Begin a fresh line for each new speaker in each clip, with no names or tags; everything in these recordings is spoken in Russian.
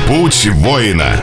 Путь воина.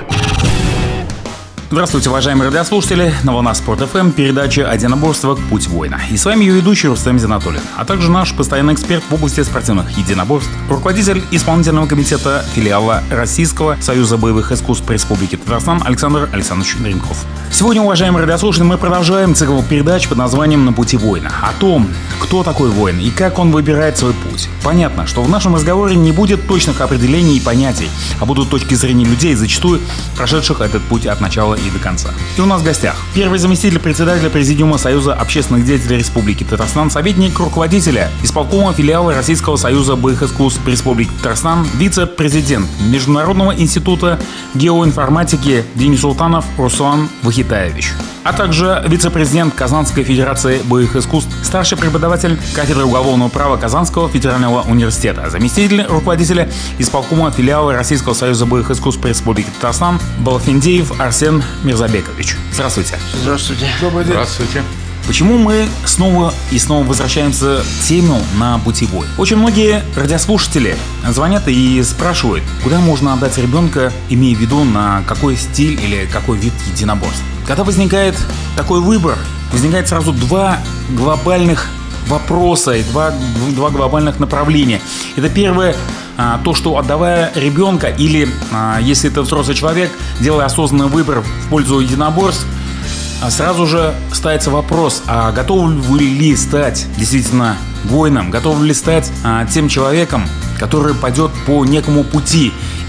Здравствуйте, уважаемые радиослушатели. На волнах Спорт ФМ передача «Единоборство. Путь воина». И с вами ее ведущий Рустем Зинатуллин, а также наш постоянный эксперт в области спортивных единоборств, руководитель исполнительного комитета филиала Российского союза боевых искусств Республики Татарстан Александр Александрович Дренков. Сегодня, уважаемые радиослушатели, мы продолжаем цикл передач под названием «На пути воина». О том, кто такой воин и как он выбирает свой путь. Понятно, что в нашем разговоре не будет точных определений и понятий, а будут точки зрения людей, зачастую прошедших этот путь от начала и до конца. И у нас в гостях первый заместитель председателя Президиума Союза общественных деятелей Республики Татарстан, советник руководителя исполкома филиала Российского союза боевых искусств Республики Татарстан, вице-президент Международного института геоинформатики Денис Султанов Руслан Вахитаевич, а также вице-президент Казанской федерации боевых искусств, старший преподаватель кафедры уголовного права Казанского федерального университета, заместитель руководителя исполкома филиала Российского союза боевых искусств Республики Татарстан Балфиндеев Арсен Мирзабекович. Здравствуйте.
Здравствуйте.
Добрый день.
Здравствуйте.
Почему мы снова и снова возвращаемся к теме «На пути воина»? Очень многие радиослушатели звонят и спрашивают, куда можно отдать ребенка, имея в виду на какой стиль или какой вид единоборств. Когда возникает такой выбор, возникает сразу два глобальных вопроса и два глобальных направления. Это первое, то, что отдавая ребенка или, если это взрослый человек, делая осознанный выбор в пользу единоборств, сразу же ставится вопрос, а готов ли стать действительно воином, готов ли стать тем человеком, который пойдет по некому пути.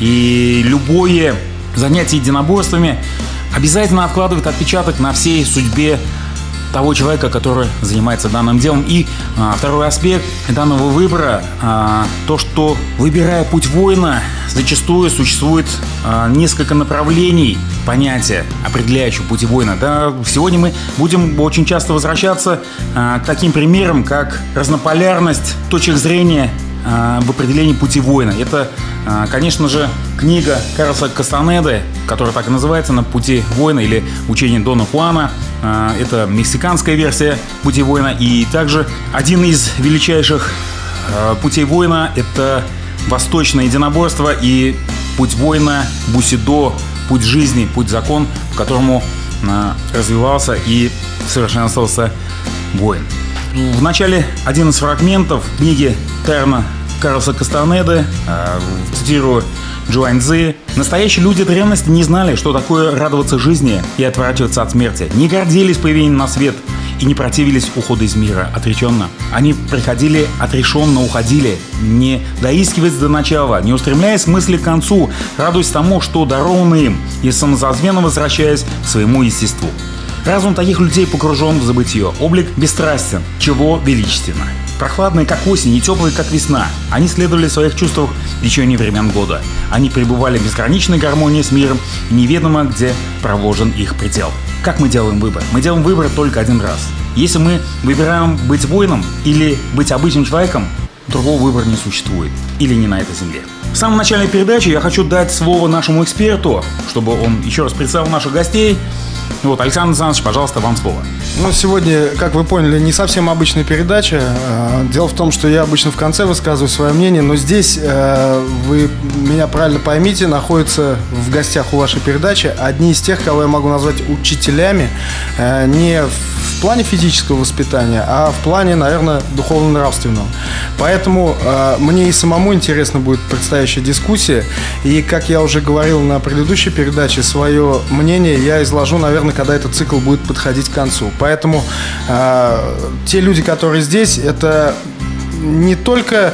И любое занятие единоборствами обязательно откладывает отпечаток на всей судьбе того человека, который занимается данным делом. И второй аспект данного выбора, то, что, выбирая путь воина, зачастую существует несколько направлений понятия, определяющего пути воина. Да, сегодня мы будем очень часто возвращаться к таким примерам, как разнополярность точек зрения в определении пути воина. Это, конечно же, книга Карлоса Кастанеды, которая так и называется «На пути воина» или «Учение Дона Хуана». Это мексиканская версия пути воина. И также один из величайших путей воина – это восточное единоборство и путь воина бусидо, путь жизни, путь закон, по которому развивался и совершенствовался воин. В начале один из фрагментов книги Карлоса Кастанеды, цитирую Джуаньцзи: «Настоящие люди древности не знали, что такое радоваться жизни и отворачиваться от смерти, не гордились появлением на свет и не противились уходу из мира отреченно. Они приходили отрешенно, уходили, не доискиваясь до начала, не устремляясь мысли к концу, радуясь тому, что даровано им, и самозазвенно возвращаясь к своему естеству. Разум таких людей погружен в забытье, облик бесстрастен, чего величественно. Прохладные, как осень, и теплые, как весна. Они следовали в своих чувствах в течение времен года. Они пребывали в безграничной гармонии с миром, и неведомо, где проложен их предел. Как мы делаем выбор? Мы делаем выбор только один раз. Если мы выбираем быть воином или быть обычным человеком, другого выбора не существует. Или не на этой земле. В самом начале передачи я хочу дать слово нашему эксперту, чтобы он еще раз представил наших гостей. Вот, Александр Александрович, пожалуйста, вам слово.
Сегодня, как вы поняли, не совсем обычная передача. Дело в том, что я обычно в конце высказываю свое мнение, но здесь, вы меня правильно поймите, находятся в гостях у вашей передачи одни из тех, кого я могу назвать учителями, не в плане физического воспитания, а в плане, наверное, духовно-нравственного. Поэтому мне и самому интересно будет предстоящая дискуссия. И, как я уже говорил на предыдущей передаче, свое мнение я изложу, наверное, когда этот цикл будет подходить к концу. Поэтому те люди, которые здесь, это не только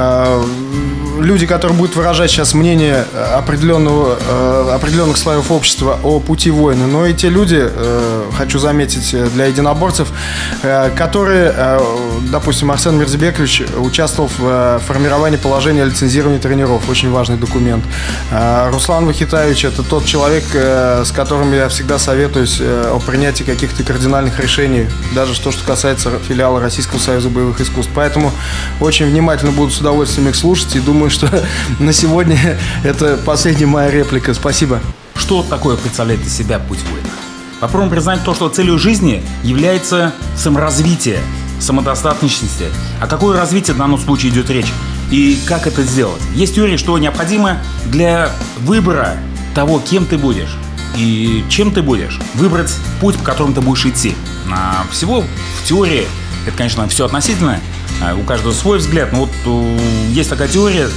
люди, которые будут выражать сейчас мнение определенных слоев общества о пути воина, но и те люди, хочу заметить, для единоборцев, которые, допустим, Арсен Мирзабекович участвовал в формировании положения о лицензировании тренеров, очень важный документ. Руслан Вахитаевич – это тот человек, с которым я всегда советуюсь о принятии каких-то кардинальных решений, даже что касается филиала Российского союза боевых искусств. Поэтому очень внимательно буду с удовольствием их слушать и думаю, что на сегодня это последняя моя реплика. Спасибо.
Что такое представляет из себя путь воина? Попробуем признать то, что целью жизни является саморазвитие, самодостаточности. О какое развитие в данном случае идет речь? И как это сделать? Есть теория, что необходимо для выбора того, кем ты будешь и чем ты будешь, выбрать путь, по которому ты будешь идти. Всего в теории, это, конечно, все относительно, у каждого свой взгляд, но вот есть такая теория,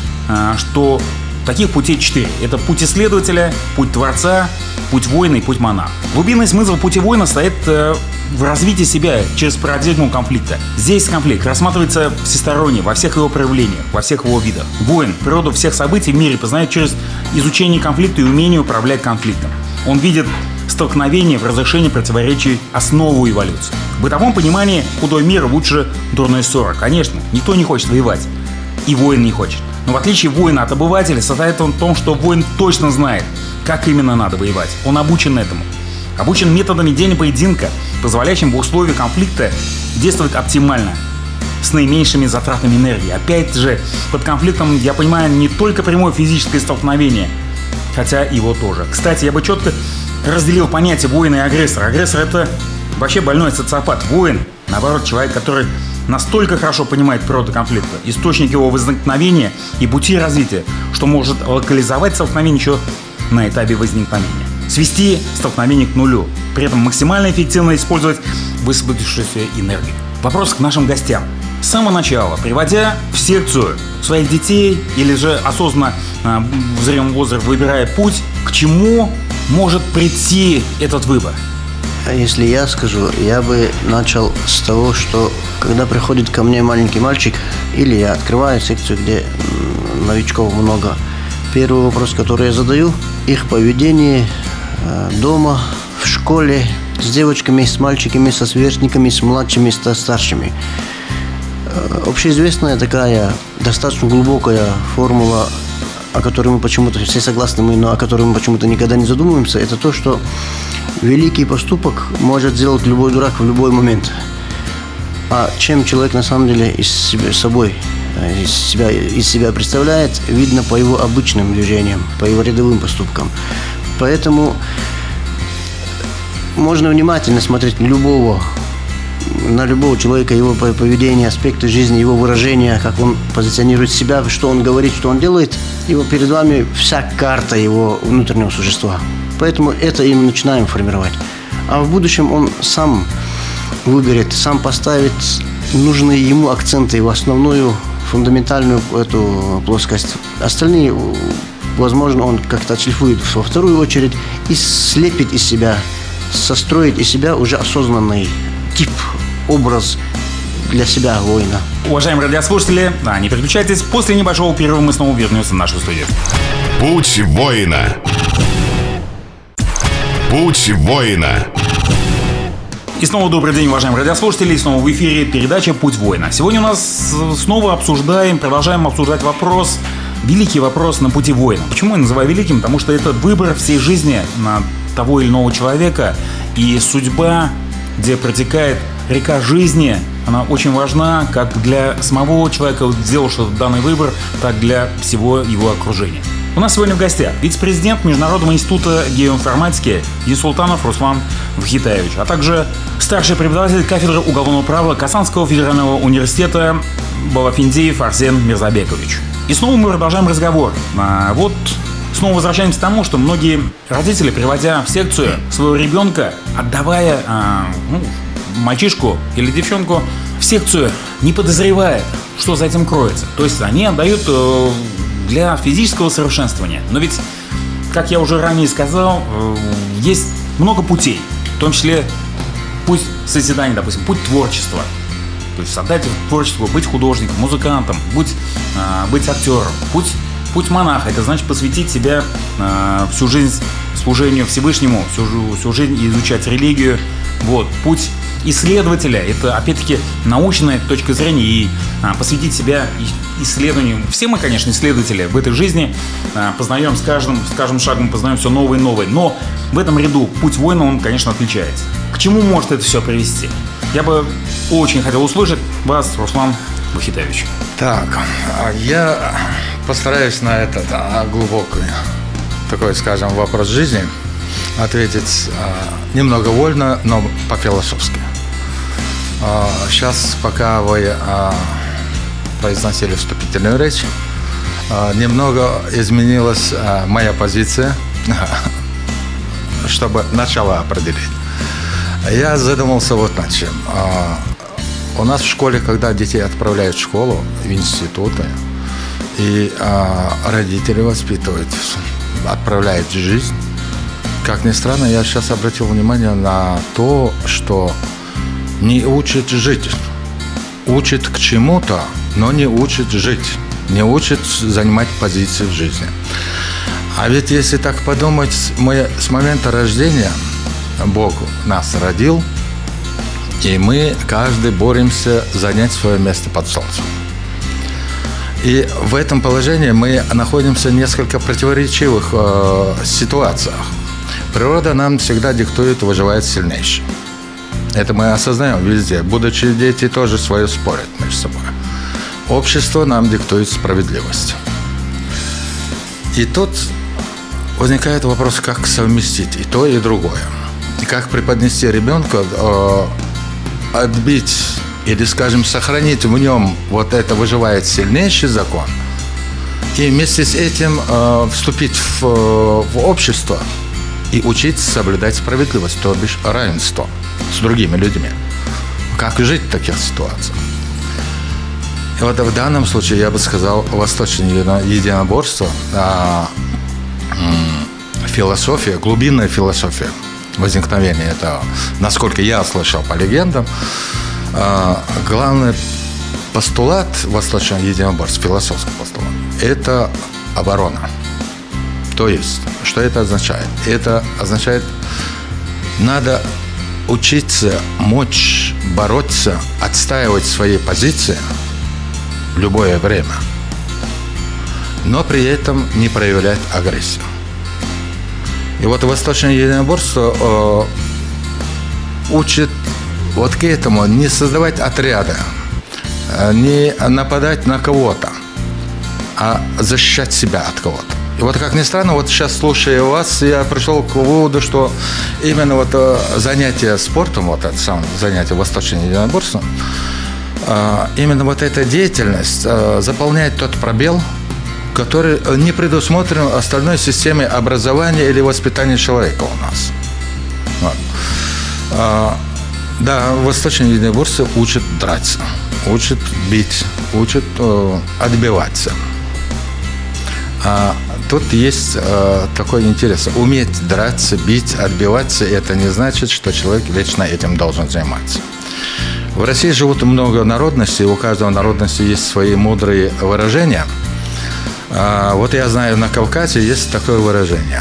что таких путей 4. Это путь исследователя, путь творца, путь воина и путь монаха. Глубинный смысл пути воина стоит в развитии себя через парадигму конфликта. Здесь конфликт рассматривается всесторонне, во всех его проявлениях, во всех его видах. Воин природу всех событий в мире познает через изучение конфликта и умение управлять конфликтом. Он видит столкновение в разрешении противоречий основу эволюции. В бытовом понимании худой мир лучше дурной ссоры. Конечно, никто не хочет воевать. И воин не хочет. Но в отличие воина от обывателя, состоит он в том, что воин точно знает, как именно надо воевать. Он обучен этому. Обучен методами ведения поединка, позволяющим в условиях конфликта действовать оптимально, с наименьшими затратами энергии. Опять же, под конфликтом я понимаю не только прямое физическое столкновение, хотя его тоже. Кстати, я бы четко разделил понятие воина и агрессора. Агрессор — это вообще больной социопат. Воин, наоборот, человек, который настолько хорошо понимает природу конфликта, источник его возникновения и пути развития, что может локализовать столкновение еще на этапе возникновения. Свести столкновение к нулю, при этом максимально эффективно использовать высвободившуюся энергию. Вопрос к нашим гостям. С самого начала, приводя в секцию своих детей или же осознанно в зрелом возрасте выбирая путь, к чему может прийти этот выбор?
Если я скажу, я бы начал с того, что когда приходит ко мне маленький мальчик, или я открываю секцию, где новичков много, первый вопрос, который я задаю, их поведение дома, в школе, с девочками, с мальчиками, со сверстниками, с младшими, со старшими. Общеизвестная такая, достаточно глубокая формула, о которой мы почему-то все согласны, но о которой мы почему-то никогда не задумываемся, это то, что великий поступок может сделать любой дурак в любой момент. А чем человек на самом деле из себя представляет, видно по его обычным движениям, по его рядовым поступкам. Поэтому можно внимательно смотреть на любого человека, его поведение, аспекты жизни, его выражения, как он позиционирует себя, что он говорит, что он делает. И вот перед вами вся карта его внутреннего существа. Поэтому это и начинаем формировать. А в будущем он сам выберет, сам поставит нужные ему акценты в основную, фундаментальную эту плоскость. Остальные, возможно, он как-то отшлифует во вторую очередь и слепит из себя, состроит из себя уже осознанный тип, образ для себя воина.
Уважаемые радиослушатели, не переключайтесь. После небольшого перерыва мы снова вернемся в нашу студию.
Путь воина. Путь воина.
И снова добрый день, уважаемые радиослушатели. И снова в эфире передача «Путь воина». Сегодня у нас снова продолжаем обсуждать вопрос, великий вопрос на пути воина. Почему я называю великим? Потому что это выбор всей жизни на того или иного человека. И судьба, где протекает река жизни, она очень важна как для самого человека, сделавшего данный выбор, так для всего его окружения. У нас сегодня в гостях вице-президент Международного института геоинформатики Есултанов Руслан Вахитаевич, а также старший преподаватель кафедры уголовного права Казанского федерального университета Балафиндеев Арсен Мирзабекович. И снова мы продолжаем разговор. Снова возвращаемся к тому, что многие родители, приводя в секцию своего ребенка, отдавая мальчишку или девчонку в секцию, не подозревая, что за этим кроется. То есть они отдают для физического совершенствования. Но ведь, как я уже ранее сказал, есть много путей, в том числе путь созидания, допустим, путь творчества. То есть отдать творчеству, быть художником, музыкантом, быть актером, путь монаха, это значит посвятить себя всю жизнь служению Всевышнему, всю жизнь изучать религию. Путь исследователя, это опять-таки научная точка зрения и посвятить себя исследованию. Все мы, конечно, исследователи в этой жизни, познаем с каждым шагом познаем все новое и новое, но в этом ряду путь воина, он, конечно, отличается. К чему может это все привести? Я бы очень хотел услышать вас, Руслан Вахитаевич.
Так, я постараюсь на этот глубокий такой, скажем, вопрос жизни ответить немного вольно, но по-философски. Сейчас, пока вы произносили вступительную речь, немного изменилась моя позиция, чтобы начало определить. Я задумался вот над чем. У нас в школе, когда детей отправляют в школу, в институты, и родители воспитывают, отправляют в жизнь, как ни странно, я сейчас обратил внимание на то, что не учит жить. Учит к чему-то, но не учит жить. Не учит занимать позиции в жизни. А ведь если так подумать, мы с момента рождения Бог нас родил, и мы каждый боремся занять свое место под солнцем. И в этом положении мы находимся в несколько противоречивых ситуациях. Природа нам всегда диктует выживает сильнейший. Это мы осознаем везде. Будучи дети тоже свое спорят между собой. Общество нам диктует справедливость. И тут возникает вопрос, как совместить и то, и другое. И как преподнести ребенка, отбить или, скажем, сохранить в нем вот это выживает сильнейший закон, и вместе с этим вступить в общество и учиться соблюдать справедливость, то бишь равенство с другими людьми. Как жить в таких ситуациях? И вот в данном случае я бы сказал, восточное единоборство, философия, глубинная философия возникновения этого, насколько я слышал по легендам, главный постулат восточного единоборства, философский постулат, это оборона. То есть, что это означает? Это означает, надо учиться, мочь бороться, отстаивать свои позиции в любое время, но при этом не проявлять агрессию. И вот восточное единоборство учит вот к этому не создавать отряды, не нападать на кого-то, а защищать себя от кого-то. И вот, как ни странно, вот сейчас, слушая вас, я пришел к выводу, что именно вот занятие спортом, вот это самое занятие восточным единоборством, именно вот эта деятельность заполняет тот пробел, который не предусмотрен остальной системой образования или воспитания человека у нас. Вот. Да, восточное единоборство учит драться, учит бить, учит отбиваться. Тут есть такой интерес. Уметь драться, бить, отбиваться, это не значит, что человек вечно этим должен заниматься. В России живут много народностей, у каждой народности есть свои мудрые выражения. Вот я знаю, на Кавказе есть такое выражение.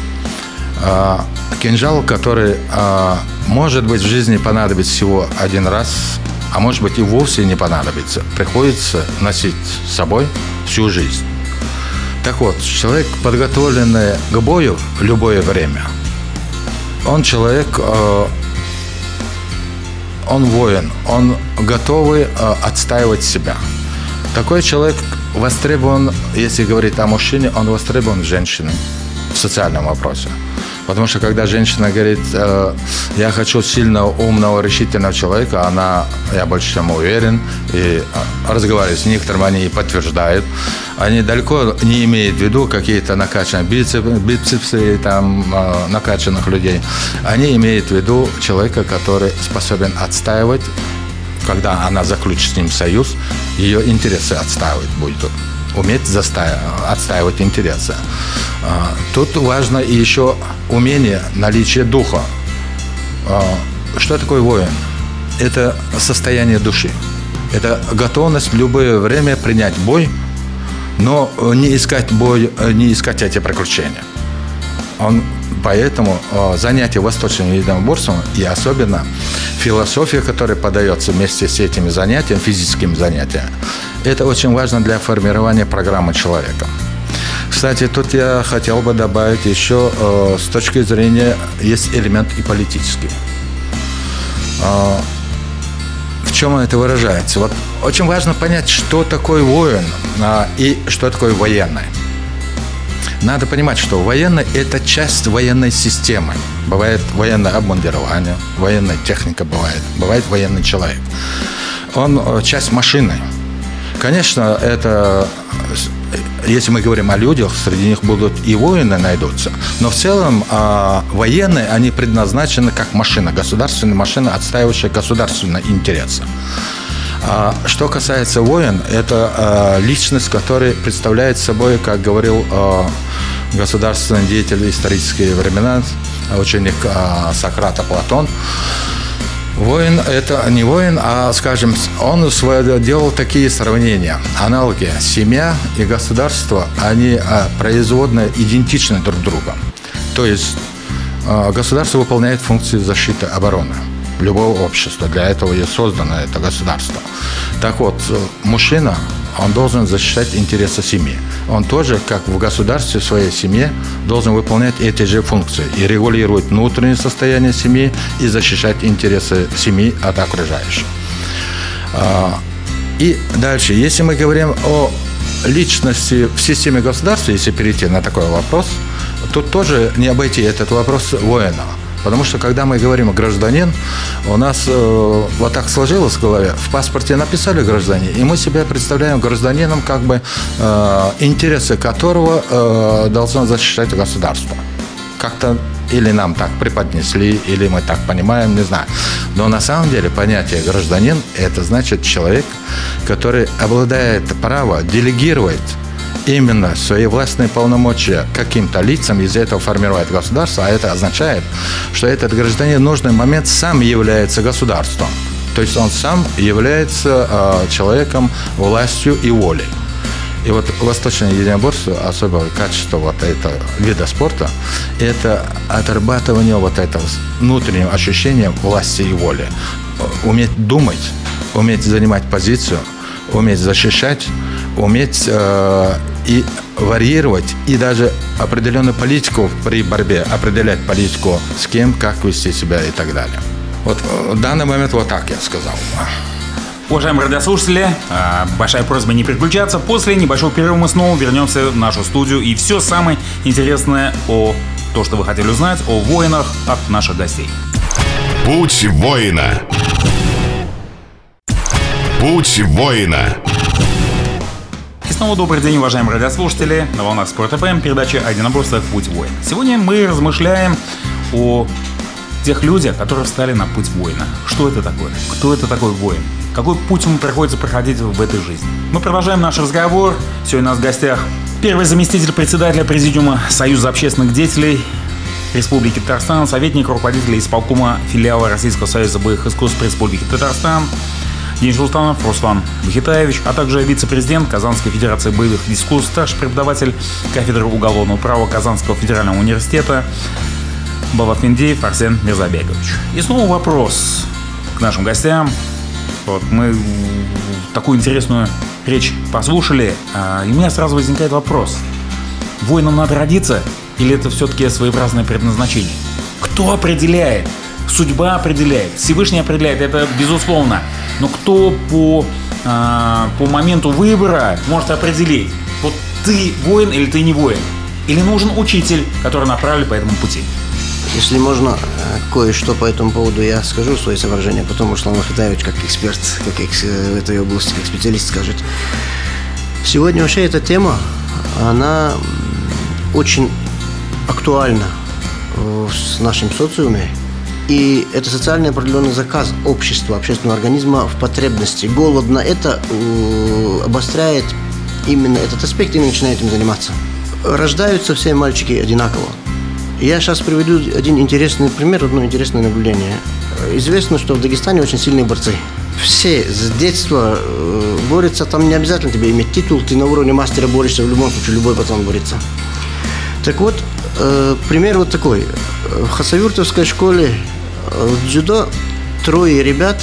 Кинжал, который, может быть, в жизни понадобится всего один раз, а может быть и вовсе не понадобится, приходится носить с собой всю жизнь. Так вот, человек, подготовленный к бою в любое время, он человек, он воин, он готовый отстаивать себя. Такой человек востребован, если говорить о мужчине, он востребован женщиной в социальном вопросе. Потому что когда женщина говорит, я хочу сильного, умного, решительного человека, она, я больше чем уверен, и разговариваю с некоторыми, они и подтверждают. Они далеко не имеют в виду какие-то накачанные бицепсы там, накачанных людей. Они имеют в виду человека, который способен отстаивать, когда она заключит с ним союз, ее интересы отстаивать будет. Уметь отстаивать интересы. Тут важно и еще умение, наличие духа. Что такое воин? Это состояние души. Это готовность в любое время принять бой, но не искать бой, не искать эти приключения. Поэтому занятие восточным единоборством и особенно философия, которая подается вместе с этими занятиями, физическими занятиями, это очень важно для формирования программы человека. Кстати, тут я хотел бы добавить еще, с точки зрения, есть элемент и политический. В чем это выражается? Вот очень важно понять, что такое воин и что такое военный. Надо понимать, что военный – это часть военной системы. Бывает военное обмундирование, военная техника бывает военный человек. Он часть машины. Конечно, это, если мы говорим о людях, среди них будут и воины найдутся. Но в целом военные, они предназначены как машина, государственная машина, отстаивающая государственные интересы. Что касается воин, это личность, которая представляет собой, как говорил государственный деятель в исторические времена, ученик Сократа Платон. Воин – это не воин, а, скажем, он делал такие сравнения. Аналоги. Семья и государство, они производно идентичны друг другу. То есть государство выполняет функции защиты обороны любого общества. Для этого и создано это государство. Так вот, мужчина, он должен защищать интересы семьи. Он тоже, как в государстве, в своей семье, должен выполнять эти же функции и регулировать внутреннее состояние семьи и защищать интересы семьи от окружающих. И дальше, если мы говорим о личности в системе государства, если перейти на такой вопрос, тут тоже не обойти этот вопрос воина. Потому что, когда мы говорим о гражданин, у нас вот так сложилось в голове, в паспорте написали гражданин, и мы себя представляем гражданином, как бы интересы которого должно защищать государство. Как-то или нам так преподнесли, или мы так понимаем, не знаю. Но на самом деле понятие гражданин – это значит человек, который обладает правом делегировать именно свои властные полномочия каким-то лицам, из-за этого формирует государство, а это означает, что этот гражданин в нужный момент сам является государством. То есть он сам является человеком властью и волей. И вот восточное единоборство, особое качество вот этого вида спорта, это отрабатывание вот этого внутреннего ощущения власти и воли. Уметь думать, уметь занимать позицию, уметь защищать, уметь и варьировать, и даже определенную политику при борьбе, определять политику с кем, как вести себя и так далее. Вот в данный момент вот так я сказал.
Уважаемые радиослушатели, большая просьба не переключаться. После небольшого перерыва мы снова вернемся в нашу студию и все самое интересное то, что вы хотели узнать о воинах от наших гостей.
Путь воина. Путь воина.
И снова добрый день, уважаемые радиослушатели. На волнах Спорт ФМ, передача о единоборствах «Путь воина». Сегодня мы размышляем о тех людях, которые встали на путь воина. Что это такое? Кто это такой воин? Какой путь ему приходится проходить в этой жизни? Мы продолжаем наш разговор. Сегодня у нас в гостях первый заместитель председателя Президиума Союза общественных деятелей Республики Татарстан, советник руководителя исполкома филиала Российского союза боевых искусств Республики Татарстан Денис Султанов, Руслан Бахитаевич, а также вице-президент Казанской федерации боевых искусств, старший преподаватель кафедры уголовного права Казанского федерального университета Балатфиндеев Арсен Мирзабекович. И снова вопрос к нашим гостям. Вот мы такую интересную речь послушали, и у меня сразу возникает вопрос. Воином надо родиться или это все-таки своеобразное предназначение? Кто определяет? Судьба определяет, Всевышний определяет, это безусловно. Но кто по моменту выбора может определить, вот ты воин или ты не воин? Или нужен учитель, который направлен по этому пути?
Если можно, кое-что по этому поводу я скажу, свои соображения, потом Руслан Бахитаевич, как эксперт, в этой области, как специалист, скажет. Сегодня вообще эта тема, она очень актуальна в нашем социуме. И это социальный определенный заказ общества, общественного организма в потребности. Голодно это обостряет именно этот аспект и начинает им заниматься. Рождаются все мальчики одинаково. Я сейчас приведу один интересный пример, одно интересное наблюдение. Известно, что в Дагестане очень сильные борцы. Все с детства борются, там не обязательно тебе иметь титул, ты на уровне мастера борешься, в любом случае любой пацан борется. Так вот, пример вот такой. В Хасавюртовской школе в дзюдо трое ребят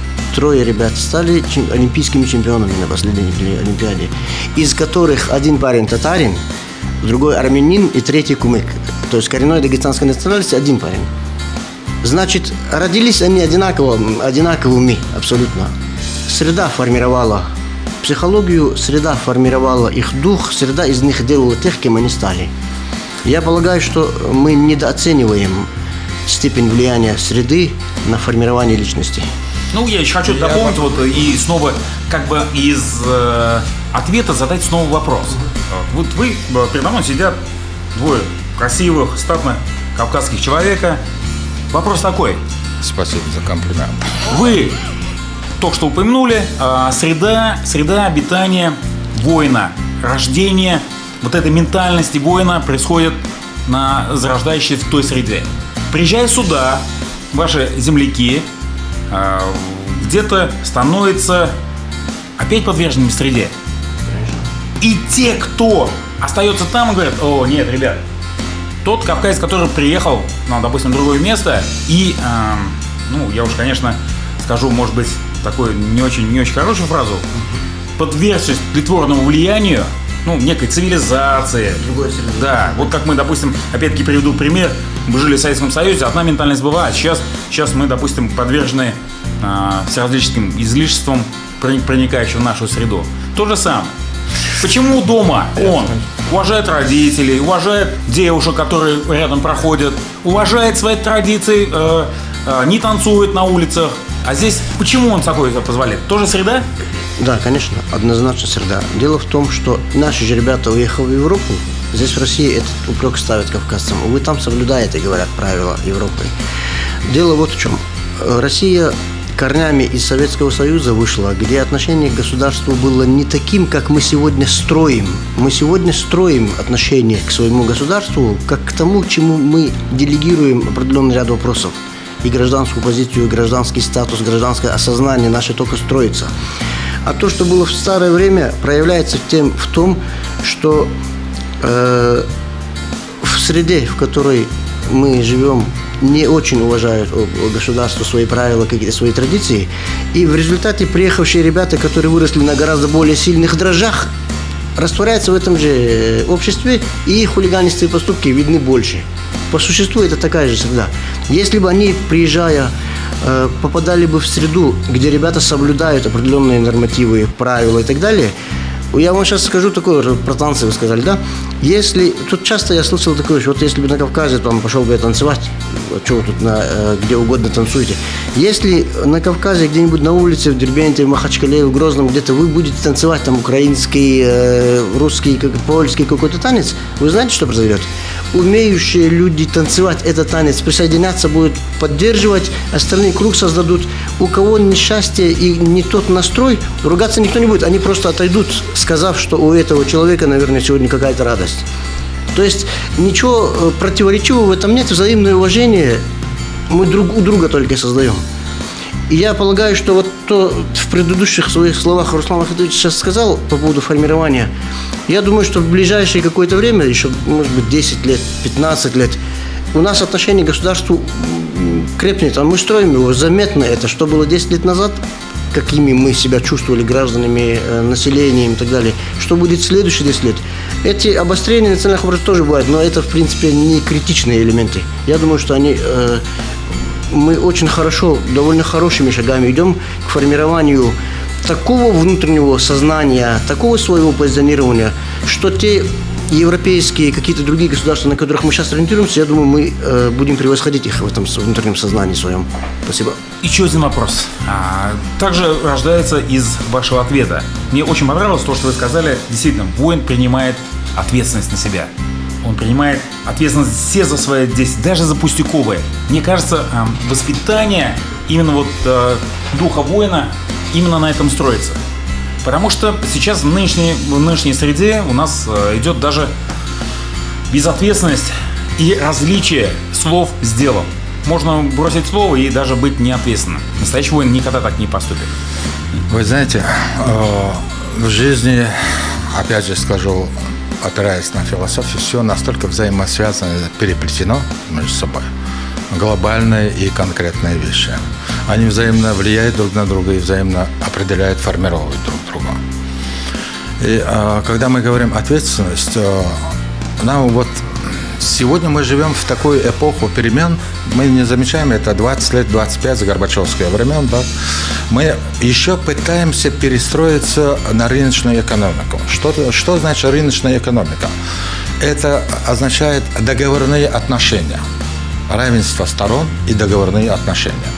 стали олимпийскими чемпионами на последней олимпиаде, из которых один парень татарин, другой армянин и третий кумык. То есть коренной дагестанской национальности один парень. Значит, родились они одинаковыми абсолютно. Среда формировала психологию, среда формировала их дух, среда из них делала тех, кем они стали. Я полагаю, что мы недооцениваем степень влияния среды на формирование личности.
Ну, я еще хочу дополнить и снова как бы из ответа задать снова вопрос. Вот вы, передо мной сидят двое красивых, статных кавказских человека. Вопрос такой.
Спасибо за комплимент.
Вы только что упомянули среда обитания воина, рождение вот этой ментальности воина происходит зарождающейся в той среде. Приезжая сюда, ваши земляки где-то становятся опять подверженными среде. И те, кто остается там, и говорят: о, нет, ребят, тот кавказец, который приехал, допустим, в другое место, и, я уж, конечно, скажу, может быть, такую не очень хорошую фразу, подвергшись тлетворному влиянию, некой цивилизации. Да, вот как мы, допустим, опять-таки приведу пример, мы жили в Советском Союзе, одна ментальность была, а сейчас мы, допустим, подвержены всеразличным излишествам, проникающим в нашу среду. То же самое. Почему дома он уважает родителей, уважает девушек, которые рядом проходят, уважает свои традиции, не танцует на улицах, а здесь почему он такое позволяет? Тоже среда?
Да, конечно, однозначно среда. Дело в том, что наши же ребята, уехав в Европу, здесь в России этот упрек ставят кавказцам. Вы там соблюдаете, говорят, правила Европы. Дело вот в чем. Россия корнями из Советского Союза вышла, где отношение к государству было не таким, как мы сегодня строим. Мы сегодня строим отношение к своему государству как к тому, чему мы делегируем определенный ряд вопросов. И гражданскую позицию, и гражданский статус, гражданское осознание наше только строится. А то, что было в старое время, проявляется в том, что в среде, в которой мы живем, не очень уважают государство, свои правила, какие-то свои традиции. И в результате приехавшие ребята, которые выросли на гораздо более сильных дрожжах, растворяются в этом же обществе, и их хулиганистые поступки видны больше. По существу это такая же среда. Если бы они, приезжая, попадали бы в среду, где ребята соблюдают определенные нормативы, правила и так далее. Я вам сейчас скажу такое, про танцы вы сказали, да? Тут часто я слышал такое, что вот если бы на Кавказе там пошел бы я танцевать, что вы тут где угодно танцуете. Если на Кавказе где-нибудь на улице, в Дербенте, в Махачкале, в Грозном, где-то вы будете танцевать там украинский, русский, польский какой-то танец, вы знаете, что произойдет? Умеющие люди танцевать этот танец, присоединяться будут, поддерживать, остальные круг создадут. У кого несчастье и не тот настрой, ругаться никто не будет. Они просто отойдут, сказав, что у этого человека, наверное, сегодня какая-то радость. То есть ничего противоречивого в этом нет. Взаимное уважение мы друг у друга только создаем. И я полагаю, что вот то в предыдущих своих словах Руслан Ахатович сейчас сказал по поводу формирования, я думаю, что в ближайшее какое-то время, еще, может быть, 10 лет, 15 лет, у нас отношение к государству крепнет, а мы строим его заметно. Это что было 10 лет назад, какими мы себя чувствовали гражданами, населением и так далее. Что будет в следующие 10 лет? Эти обострения национальных вопросов тоже бывают, но это, в принципе, не критичные элементы. Я думаю, что мы очень хорошо, довольно хорошими шагами идем к формированию такого внутреннего сознания, такого своего позиционирования, что те европейские, какие-то другие государства, на которых мы сейчас ориентируемся, я думаю, мы будем превосходить их в этом внутреннем сознании своем. Спасибо.
Еще один вопрос. Также рождается из вашего ответа. Мне очень понравилось то, что вы сказали. Действительно, воин принимает ответственность на себя. Он принимает ответственность все за свои действия, даже за пустяковые. Мне кажется, воспитание именно духа воина именно на этом строится. Потому что сейчас в нынешней среде у нас идет даже безответственность и различие слов с делом. Можно бросить слово и даже быть неответственным. Настоящий воин никогда так не поступит.
Вы знаете, в жизни, опять же скажу, опираясь на философию, все настолько взаимосвязано, переплетено между собой. Глобальные и конкретные вещи. Они взаимно влияют друг на друга и взаимно определяют, формируют друг друга. И когда мы говорим ответственность, сегодня мы живем в такую эпоху перемен. Мы не замечаем это 20 лет, 25 за горбачевское время. Да? Мы еще пытаемся перестроиться на рыночную экономику. Что значит рыночная экономика? Это означает договорные отношения. Равенство сторон и договорные отношения.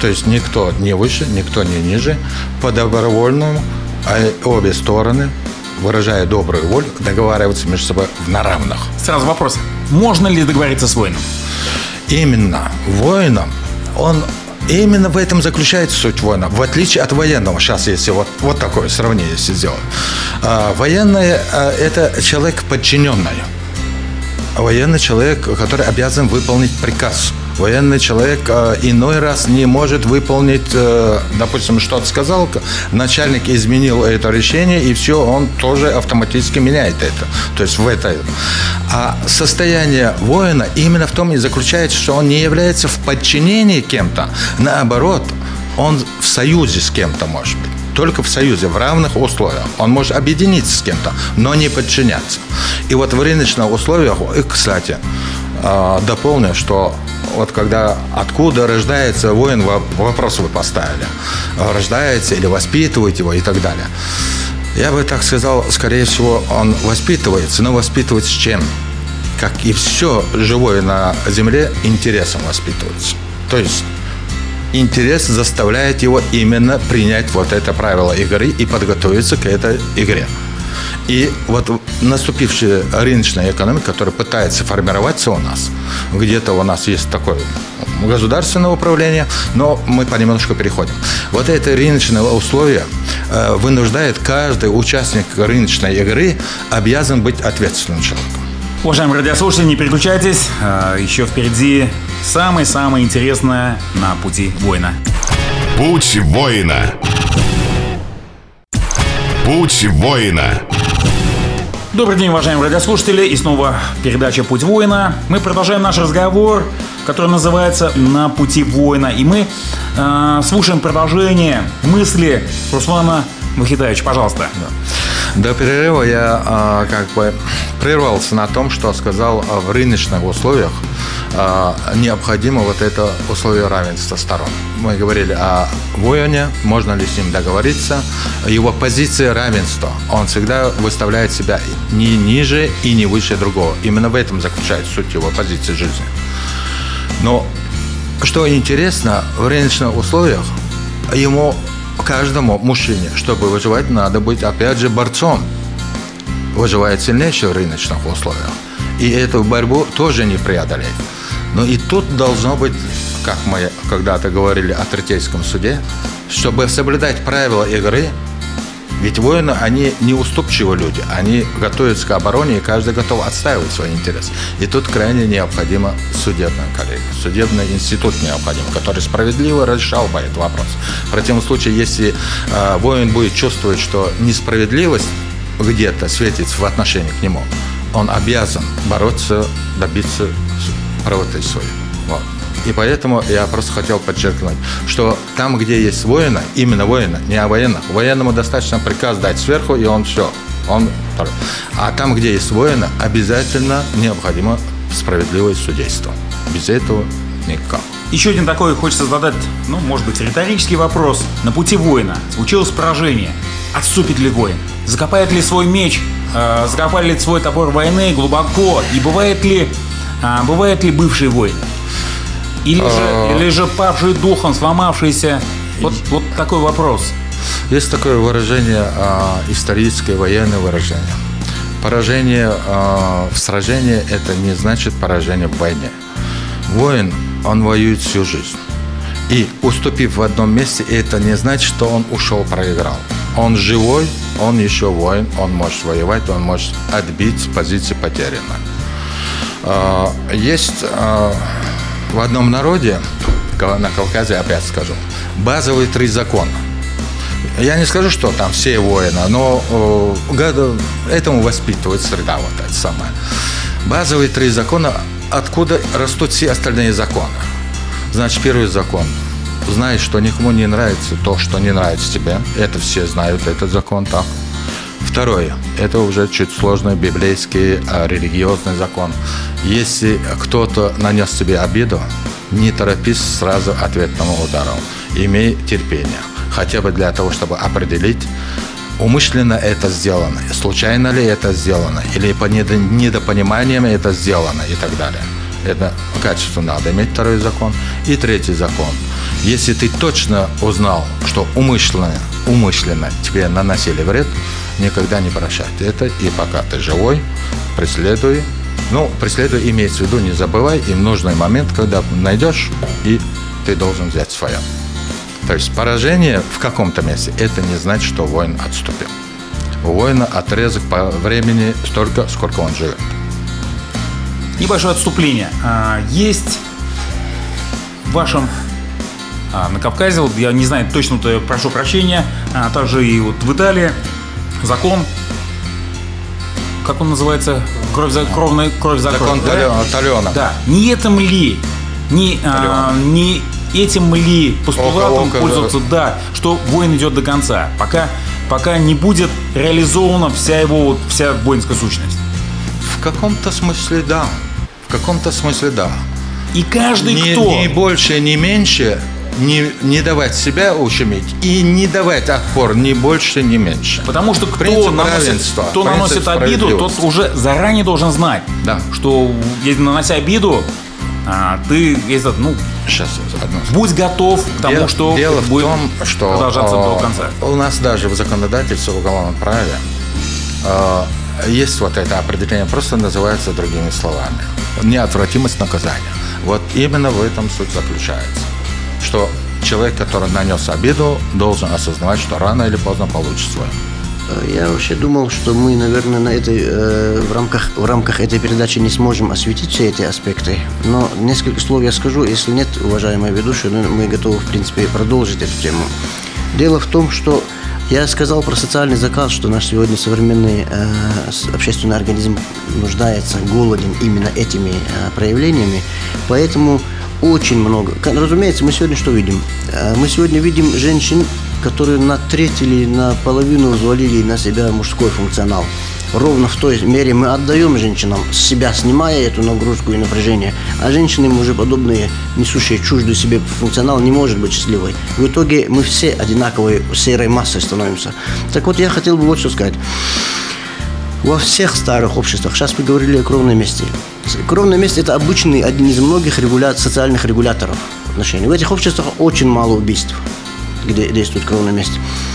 То есть никто не выше, никто не ниже. По добровольному обе стороны, выражая добрую волю, договариваются между собой на равных.
Сразу вопрос. Можно ли договориться с воином?
Именно воином, именно в этом заключается суть воина. В отличие от военного, сейчас если вот такое сравнение если сделать. Военный – это человек подчиненный. Военный человек, который обязан выполнить приказ. Военный человек иной раз не может выполнить, допустим, что-то сказал, начальник изменил это решение, и все, он тоже автоматически меняет это. То есть в это. А состояние воина именно в том и заключается, что он не является в подчинении кем-то. Наоборот, он в союзе с кем-то может быть. Только в союзе, в равных условиях. Он может объединиться с кем-то, но не подчиняться. И вот в рыночных условиях, и, кстати, дополню, что вот когда откуда рождается воин, вопрос вы поставили. Рождается или воспитывает его и так далее. Я бы так сказал, скорее всего, он воспитывается, но воспитывается чем? Как и все живое на земле, интересом воспитывается. То есть интерес заставляет его именно принять вот это правило игры и подготовиться к этой игре. И вот наступившая рыночная экономика, которая пытается формироваться у нас, где-то у нас есть такое государственное управление, но мы понемножку переходим. Вот это рыночное условие вынуждает каждый участник рыночной игры обязан быть ответственным человеком.
Уважаемые радиослушатели, не переключайтесь. Еще впереди самое-самое интересное на пути воина.
Путь воина. Путь воина.
Добрый день, уважаемые радиослушатели, и снова передача «Путь воина». Мы продолжаем наш разговор, который называется «На пути воина», и мы слушаем продолжение мысли Руслана Вахитовича. Пожалуйста.
До перерыва я прервался на том, что сказал, в рыночных условиях необходимо вот это условие равенства сторон. Мы говорили о воине, можно ли с ним договориться. Его позиция равенства. Он всегда выставляет себя не ниже и не выше другого. Именно в этом заключается суть его позиции жизни. Но, что интересно, в рыночных условиях каждому мужчине, чтобы выживать, надо быть, опять же, борцом. Выживает сильнейший в рыночных условиях. И эту борьбу тоже не преодолеть. Но и тут должно быть, как мы когда-то говорили о Третейском суде, чтобы соблюдать правила игры, ведь воины, они неуступчивые люди, они готовятся к обороне, и каждый готов отстаивать свои интересы. И тут крайне необходимо судебная коллегия, судебный институт необходим, который справедливо решал бы этот вопрос. В противном случае, если воин будет чувствовать, что несправедливость где-то светится в отношении к нему, он обязан бороться, добиться правоты своей. Вот. И поэтому я просто хотел подчеркнуть, что там, где есть воина, именно воина, не о военных. Военному достаточно приказ дать сверху, и он все. А там, где есть воина, обязательно необходимо справедливое судейство. Без этого никак.
Еще один такой хочется задать, может быть, риторический вопрос. На пути воина случилось поражение. Отступит ли воин? Закопает ли свой меч? Закопает ли свой топор войны глубоко? И бывает ли бывший воин? Или же павший духом, сломавшийся? Вот такой вопрос.
Есть такое выражение, историческое военное выражение. Поражение в сражении – это не значит поражение в войне. Воин, он воюет всю жизнь. И уступив в одном месте, это не значит, что он ушел, проиграл. Он живой, он еще воин, он может воевать, он может отбить с позиции потерянной. Есть в одном народе, на Кавказе, опять скажу, базовые 3 закона. Я не скажу, что там все воины, но этому воспитывает среда, вот это самое. Базовые 3 закона, откуда растут все остальные законы. Значит, первый закон. Знай, что никому не нравится то, что не нравится тебе. Это все знают, этот закон так. Второе. Это уже чуть сложный библейский, религиозный закон. Если кто-то нанес тебе обиду, не торопись сразу ответному удару. Имей терпение. Хотя бы для того, чтобы определить, умышленно это сделано, случайно ли это сделано, или по недопониманиям это сделано и так далее. Это качество надо иметь, второй закон. И третий закон. Если ты точно узнал, что умышленно тебе наносили вред, никогда не прощать это. И пока ты живой, преследуй. Преследуй имеется в виду, не забывай, и в нужный момент, когда найдешь, и ты должен взять свое. То есть поражение в каком-то месте, это не значит, что воин отступил. У воина отрезок по времени столько, сколько он живет.
Небольшое отступление. Есть в вашем на Кавказе, вот я не знаю точно, прошу прощения, также и вот в Италии закон, как он называется? Кровь за кровь.
Закон Талиона.
Да. Не этим ли, не этим ли постулатом пользоваться, да, что воин идет до конца, пока не будет реализована вся воинская сущность.
В каком-то смысле да.
И каждый,
ни больше, ни меньше, не давать себя ущемить и не давать отпор ни больше, ни меньше.
Потому что кто наносит обиду, тот уже заранее должен знать, что если нанося обиду, ты
сейчас
будь готов к тому, что
дело в
будет
том, что
продолжаться до конца.
У нас даже в законодательстве в уголовном праве есть вот это определение, просто называется другими словами. Неотвратимость наказания. Вот именно в этом суть заключается. Что человек, который нанес обиду, должен осознавать, что рано или поздно получит свое.
Я вообще думал, что мы, наверное, в рамках этой передачи не сможем осветить все эти аспекты. Но несколько слов я скажу. Если нет, уважаемые ведущие, мы готовы, в принципе, продолжить эту тему. Дело в том, что я сказал про социальный заказ, что наш сегодня современный общественный организм нуждается, голоден именно этими проявлениями. Поэтому очень много. Разумеется, мы сегодня что видим? Мы сегодня видим женщин, которые на треть или на половину взвалили на себя мужской функционал. Ровно в той мере мы отдаем женщинам, с себя снимая эту нагрузку и напряжение, а женщины мужеподобные, несущие чуждый себе функционал, не может быть счастливой. В итоге мы все одинаковой серой массой становимся. Так вот, я хотел бы вот что сказать. Во всех старых обществах, сейчас мы говорили о кровной мести. Кровная месть – это обычный, один из многих социальных регуляторов отношений. В этих обществах очень мало убийств, где действует кровная месть.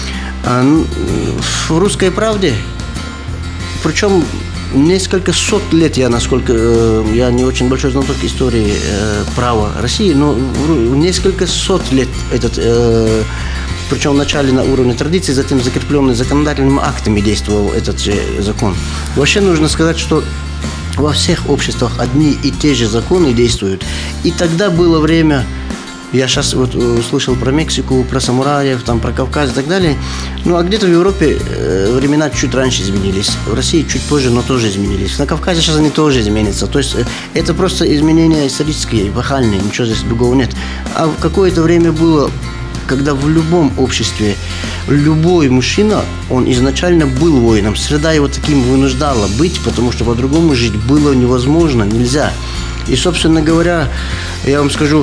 В «Русской правде», причем несколько сот лет, я не очень большой знаток истории права России, но несколько сот лет причем вначале на уровне традиции, затем закрепленный законодательными актами действовал этот же закон. Вообще нужно сказать, что во всех обществах одни и те же законы действуют. И тогда было время, я сейчас вот услышал про Мексику, про самураев, про Кавказ и так далее. А где-то в Европе времена чуть раньше изменились. В России чуть позже, но тоже изменились. На Кавказе сейчас они тоже изменятся. То есть это просто изменения исторические, эпохальные, ничего здесь другого нет. А в какое-то время было, когда в любом обществе любой мужчина, он изначально был воином. Среда его таким вынуждала быть, потому что по-другому жить было невозможно, нельзя. И, собственно говоря, я вам скажу,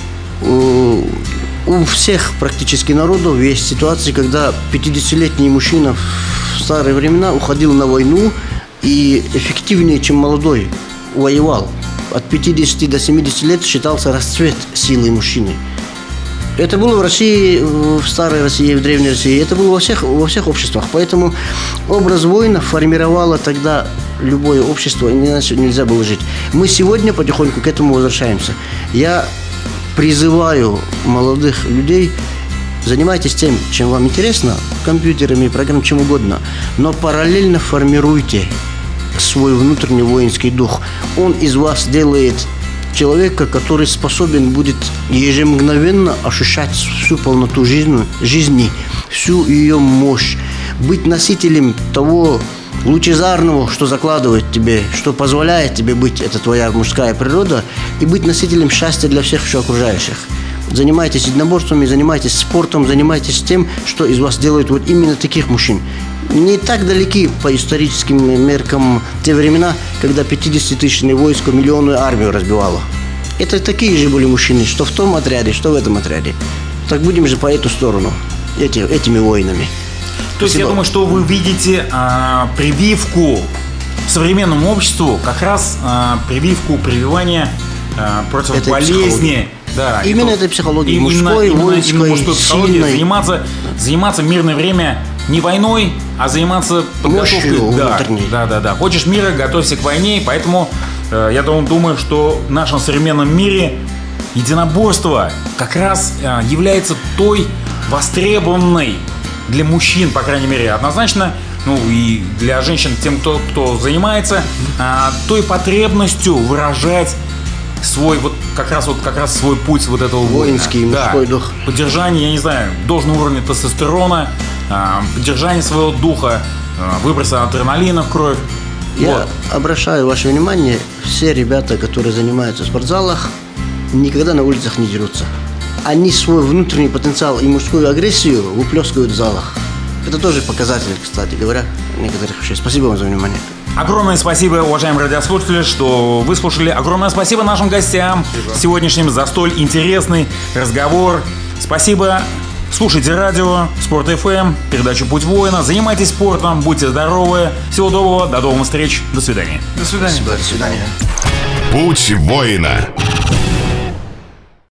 у всех практически народов есть ситуации, когда 50-летний мужчина в старые времена уходил на войну и эффективнее, чем молодой, воевал. От 50 до 70 лет считался расцвет силы мужчины. Это было в России, в старой России, в древней России. Это было во всех обществах. Поэтому образ воина формировало тогда любое общество, иначе нельзя было жить. Мы сегодня потихоньку к этому возвращаемся. Я призываю молодых людей: занимайтесь тем, чем вам интересно, компьютерами, программами, чем угодно, но параллельно формируйте свой внутренний воинский дух. Он из вас делает человека, который способен будет ежемгновенно ощущать всю полноту жизни, всю ее мощь, быть носителем того лучезарного, что закладывает тебе, что позволяет тебе быть, это твоя мужская природа, и быть носителем счастья для всех еще окружающих. Занимайтесь единоборствами, занимайтесь спортом, занимайтесь тем, что из вас делает вот именно таких мужчин. Не так далеки по историческим меркам те времена, когда 50-тысячное войско миллионную армию разбивало. Это такие же были мужчины, что в том отряде, что в этом отряде. Так будем же по эту сторону, этими воинами.
То есть я думаю, что вы видите прививку современному обществу, как раз прививку, прививание против болезни Да,
Именно этой психологией,
именно
мужской, воинской,
мужской психологией,
сильной.
заниматься в мирное время не войной, а заниматься подготовкой.
Мощью внутренней.
Да. Хочешь мира, готовься к войне. Поэтому я думаю, что в нашем современном мире единоборство как раз является той востребованной для мужчин, по крайней мере, однозначно, ну и для женщин, тем, кто занимается, той потребностью выражать свой как раз свой путь вот этого
воинский, мужской дух.
Поддержание, я не знаю, должного уровня тестостерона, поддержание своего духа, выброса адреналина в кровь.
Я обращаю ваше внимание, все ребята, которые занимаются в спортзалах, никогда на улицах не дерутся. Они свой внутренний потенциал и мужскую агрессию выплескивают в залах. Это тоже показатель, кстати говоря, некоторых вещей. Спасибо вам за внимание.
Огромное спасибо, уважаемые радиослушатели, что вы слушали. Огромное спасибо нашим гостям сегодняшним за столь интересный разговор. Спасибо. Слушайте радио, Спорт ФМ, передачу «Путь воина». Занимайтесь спортом, будьте здоровы. Всего доброго, до новых встреч. До свидания.
До свидания.
Спасибо, до свидания.
Путь воина.